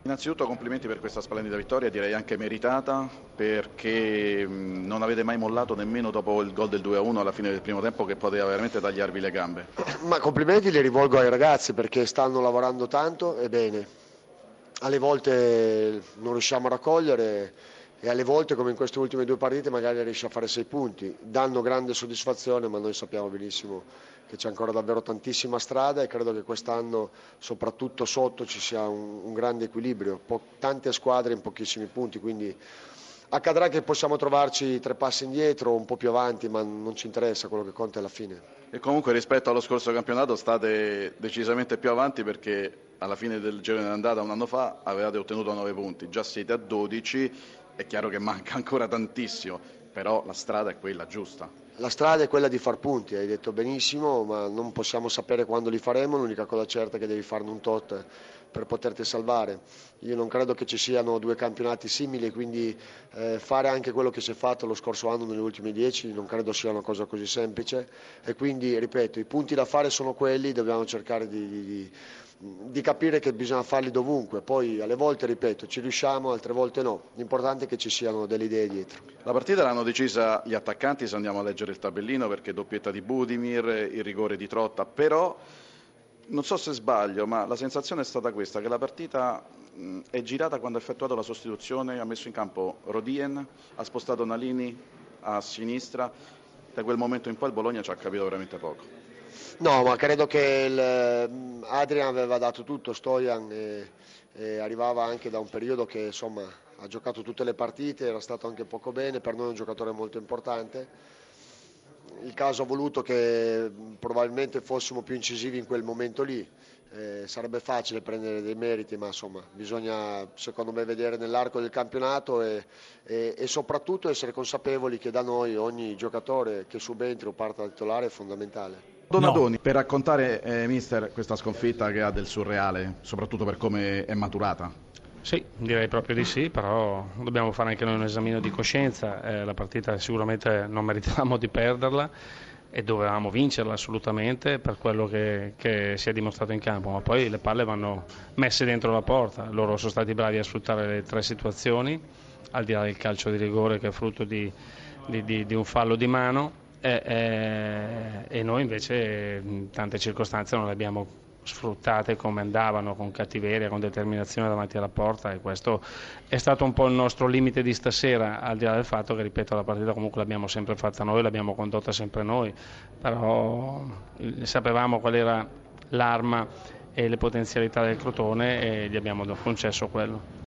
Innanzitutto complimenti per questa splendida vittoria, direi anche meritata, perché non avete mai mollato nemmeno dopo il gol del 2-1 alla fine del primo tempo, che poteva veramente tagliarvi le gambe. Ma complimenti li rivolgo ai ragazzi perché stanno lavorando tanto e bene. Alle volte non riusciamo a raccogliere e alle volte, come in queste ultime due partite, magari riesce a fare 6 punti. Danno grande soddisfazione, ma noi sappiamo benissimo che c'è ancora davvero tantissima strada e credo che quest'anno, soprattutto sotto, ci sia un grande equilibrio. Tante squadre in pochissimi punti, quindi accadrà che possiamo trovarci 3 passi indietro o un po' più avanti, ma non ci interessa, quello che conta è alla fine. E comunque rispetto allo scorso campionato state decisamente più avanti, perché alla fine del girone d'andata un anno fa avevate ottenuto 9 punti, già siete a 12, è chiaro che manca ancora tantissimo, però la strada è quella giusta. La strada è quella di far punti, hai detto benissimo, ma non possiamo sapere quando li faremo, l'unica cosa certa è che devi farne un tot per poterti salvare. Io non credo che ci siano due campionati simili, quindi fare anche quello che si è fatto lo scorso anno negli ultimi 10 non credo sia una cosa così semplice e quindi, ripeto, i punti da fare sono quelli, dobbiamo cercare di capire che bisogna farli dovunque, poi alle volte, ripeto, ci riusciamo, altre volte no, l'importante è che ci siano delle idee dietro. La partita l'hanno decisa gli attaccanti, se andiamo a leggere il tabellino, perché doppietta di Budimir, il rigore di Trotta, però non so se sbaglio, ma la sensazione è stata questa, che la partita è girata quando ha effettuato la sostituzione, ha messo in campo Rodien, ha spostato Nalini a sinistra, da quel momento in poi il Bologna ci ha capito veramente poco. No, ma credo che Adrian aveva dato tutto, Stojan e arrivava anche da un periodo che insomma ha giocato tutte le partite, era stato anche poco bene, per noi è un giocatore molto importante. Il caso ha voluto che probabilmente fossimo più incisivi in quel momento lì. Sarebbe facile prendere dei meriti, ma insomma bisogna secondo me vedere nell'arco del campionato e soprattutto essere consapevoli che da noi ogni giocatore che subentri o parta da titolare è fondamentale. Donadoni, per raccontare, mister, questa sconfitta che ha del surreale, soprattutto per come è maturata. Sì, direi proprio di sì, però dobbiamo fare anche noi un esame di coscienza. La partita sicuramente non meritavamo di perderla e dovevamo vincerla assolutamente per quello che si è dimostrato in campo, ma poi le palle vanno messe dentro la porta. Loro sono stati bravi a sfruttare le tre situazioni, al di là del calcio di rigore che è frutto di un fallo di mano. E noi invece in tante circostanze non le abbiamo sfruttate come andavano, con cattiveria, con determinazione davanti alla porta, e questo è stato un po' il nostro limite di stasera, al di là del fatto che, ripeto, la partita comunque l'abbiamo sempre fatta noi, l'abbiamo condotta sempre noi, però sapevamo qual era l'arma e le potenzialità del Crotone e gli abbiamo concesso quello.